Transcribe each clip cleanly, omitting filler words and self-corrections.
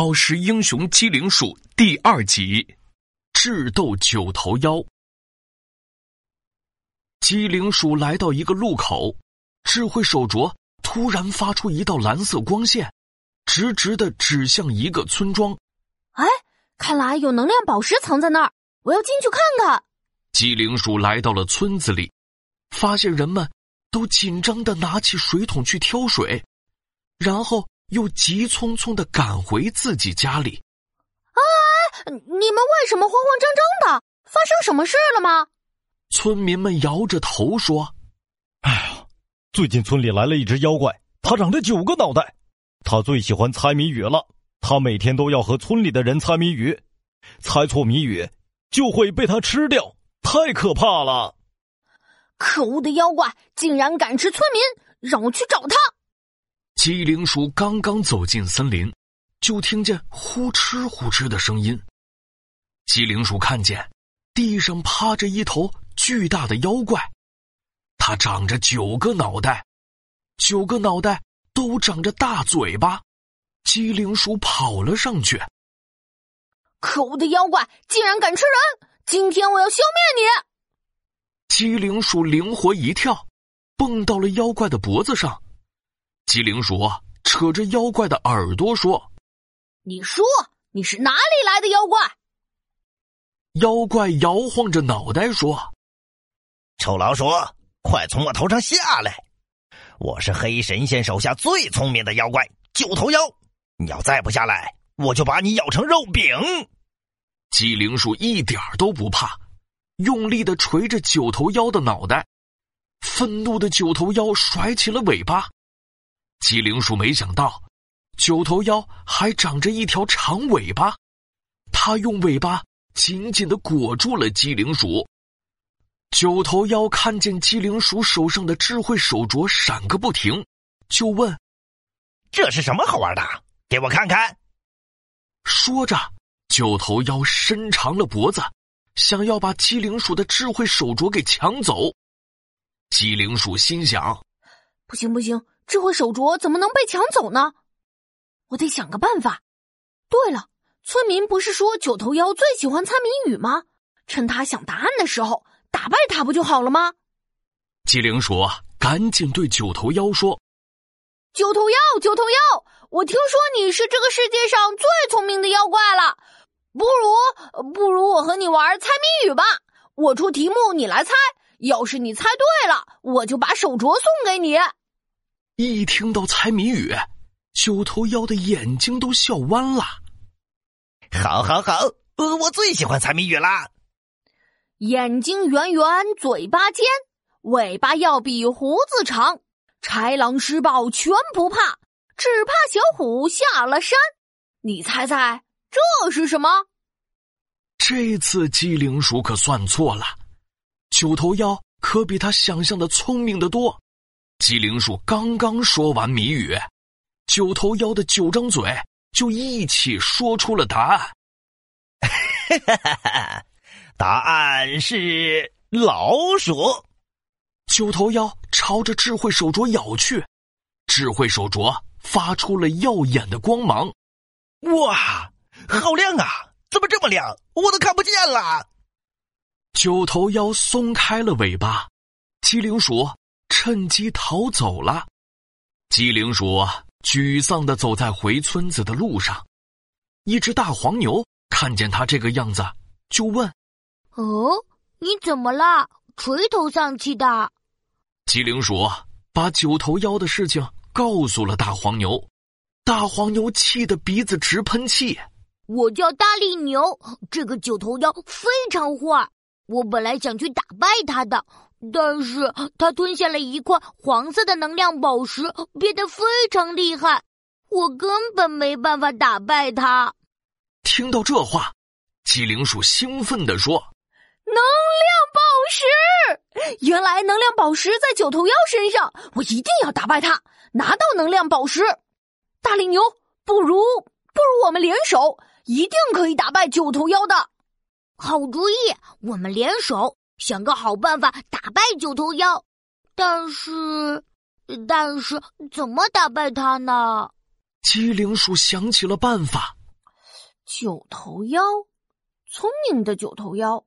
宝石英雄机灵鼠第2集，智斗九头妖。机灵鼠来到一个路口，智慧手镯突然发出一道蓝色光线，直直地指向一个村庄。 哎，看来有能量宝石藏在那儿，我要进去看看。 机灵鼠来到了村子里，发现人们都紧张地拿起水桶去挑水，然后又急匆匆地赶回自己家里。 你们为什么慌慌张张的？发生什么事了吗？ 村民们摇着头说： 哎呀，最近村里来了一只妖怪，它长着9个脑袋，它最喜欢猜谜语了，它每天都要和村里的人猜谜语，猜错谜语就会被它吃掉，太可怕了。 可恶的妖怪竟然敢吃村民，让我去找他。 机灵鼠刚刚走进森林，就听见呼哧呼哧的声音。机灵鼠看见地上趴着一头巨大的妖怪，它长着9个脑袋，9个脑袋都长着大嘴巴。机灵鼠跑了上去。 可恶的妖怪竟然敢吃人，今天我要消灭你！ 机灵鼠灵活一跳，蹦到了妖怪的脖子上。机灵鼠扯着妖怪的耳朵说： 你说你是哪里来的妖怪？ 妖怪摇晃着脑袋说： 臭老鼠，快从我头上下来！我是黑神仙手下最聪明的妖怪9头妖，你要再不下来，我就把你咬成肉饼！ 机灵鼠一点都不怕，用力地捶着9头妖的脑袋。愤怒的9头妖甩起了尾巴。机灵鼠没想到9头妖还长着一条长尾巴，它用尾巴紧紧地裹住了机灵鼠。9头妖看见机灵鼠手上的智慧手镯闪个不停，就问： 这是什么好玩的？给我看看。 说着9头妖伸长了脖子，想要把机灵鼠的智慧手镯给抢走。机灵鼠心想： 不行，智慧手镯怎么能被抢走呢？我得想个办法。对了，村民不是说9头妖最喜欢猜谜语吗？趁他想答案的时候打败他不就好了吗？ 机灵鼠赶紧对9头妖说： 九头妖，我听说你是这个世界上最聪明的妖怪了，不如我和你玩猜谜语吧。我出题目你来猜，要是你猜对了，我就把手镯送给你。 一听到猜谜语，9头妖的眼睛都笑弯了。 好，我最喜欢猜谜语啦。 眼睛圆圆，嘴巴尖，尾巴要比胡子长，豺狼狮豹全不怕，只怕小虎下了山。你猜猜这是什么？ 这次机灵鼠可算错了，9头妖可比他想象的聪明得多。机灵鼠刚刚说完谜语，9头妖的9张嘴就一起说出了答案。 答案是老鼠。 9头妖朝着智慧手镯咬去，智慧手镯发出了耀眼的光芒。 哇，好亮啊！怎么这么亮？我都看不见了。 9头妖松开了尾巴，机灵鼠趁机逃走了。机灵鼠沮丧地走在回村子的路上，一只大黄牛看见他这个样子，就问： 哦，你怎么了？垂头丧气的。 机灵鼠把9头妖的事情告诉了大黄牛。大黄牛气得鼻子直喷气。 我叫大力牛，这个9头妖非常坏，我本来想去打败他的，但是他吞下了一块黄色的能量宝石，变得非常厉害，我根本没办法打败他。 听到这话，机灵鼠兴奋地说： 能量宝石！原来能量宝石在9头妖身上，我一定要打败他，拿到能量宝石。大力牛，不如我们联手，一定可以打败9头妖的。 好主意，我们联手想个好办法打败9头妖。但是怎么打败他呢？ 机灵鼠想起了办法， 九头妖，聪明的九头妖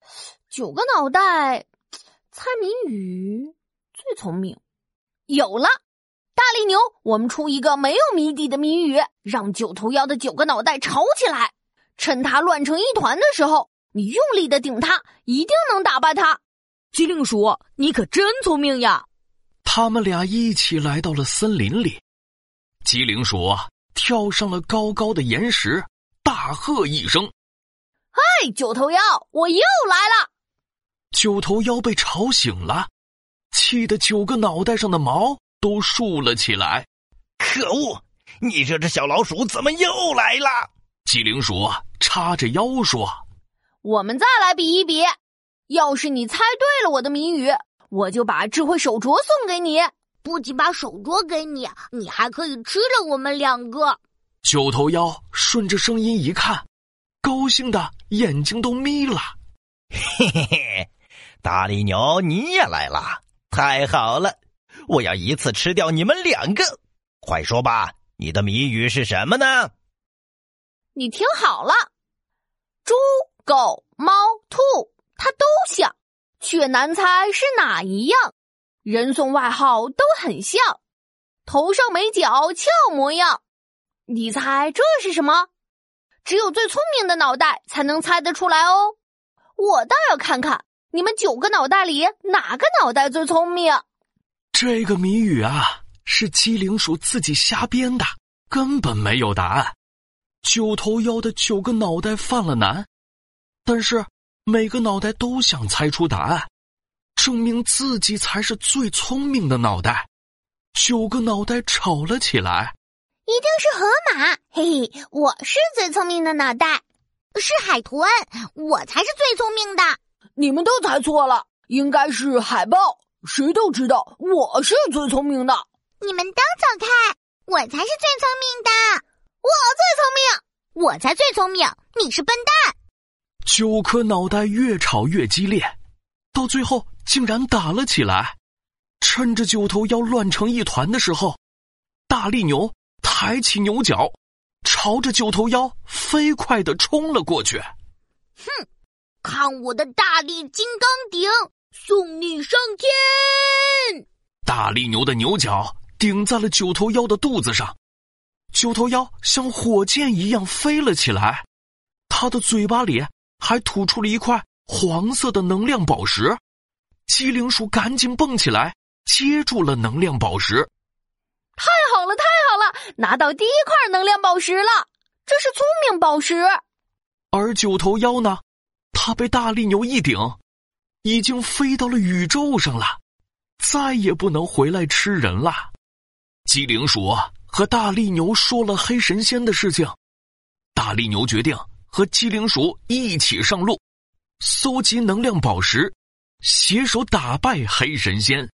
，9个脑袋，猜谜语最聪明。有了，大力牛，我们出一个没有谜底的谜语，让九头妖的9个脑袋吵起来。趁他乱成一团的时候，你用力的顶他，一定能打败他。 机灵鼠，你可真聪明呀！ 他们俩一起来到了森林里，机灵鼠跳上了高高的岩石，大喝一声：“ 嗨，九头妖，我又来了！” 九头妖被吵醒了，气得9个脑袋上的毛都竖了起来。 可恶！你这只小老鼠怎么又来了？ 机灵鼠叉着腰说：“ 我们再来比一比，要是你猜对了我的谜语，我就把智慧手镯送给你。 不仅把手镯给你，你还可以吃了我们2个。” 九头妖顺着声音一看，高兴的眼睛都眯了。 嘿嘿嘿，大力牛你也来了，太好了！我要一次吃掉你们2个。快说吧，你的谜语是什么呢？ 你听好了，猪、狗、猫、兔，它都像，却难猜是哪一样。人送外号都很像，头上没角俏模样。你猜这是什么？只有最聪明的脑袋才能猜得出来哦。我倒要看看你们9个脑袋里哪个脑袋最聪明。 这个谜语是机灵鼠自己瞎编的，根本没有答案。九头妖的9个脑袋犯了难，但是每个脑袋都想猜出答案，证明自己才是最聪明的脑袋。9个脑袋吵了起来。 一定是河马，嘿嘿，我是最聪明的脑袋。是海豚，我才是最聪明的。 你们都猜错了，应该是海豹。谁都知道我是最聪明的。 你们都走开，我才是最聪明的。我最聪明，我才最聪明，你是笨蛋。 9颗脑袋越吵越激烈，到最后竟然打了起来。趁着9头妖乱成一团的时候，大力牛抬起牛角，朝着9头妖飞快地冲了过去。 哼，看我的大力金刚顶，送你上天！ 大力牛的牛角顶在了9头妖的肚子上，9头妖像火箭一样飞了起来，他的嘴巴里还吐出了一块黄色的能量宝石。机灵鼠赶紧蹦起来，接住了能量宝石。 太好了，太好了，拿到第一块能量宝石了，这是聪明宝石。 而9头妖呢，他被大力牛一顶，已经飞到了宇宙上了，再也不能回来吃人了。机灵鼠和大力牛说了黑神仙的事情，大力牛决定和机灵鼠一起上路，搜集能量宝石，携手打败黑神仙。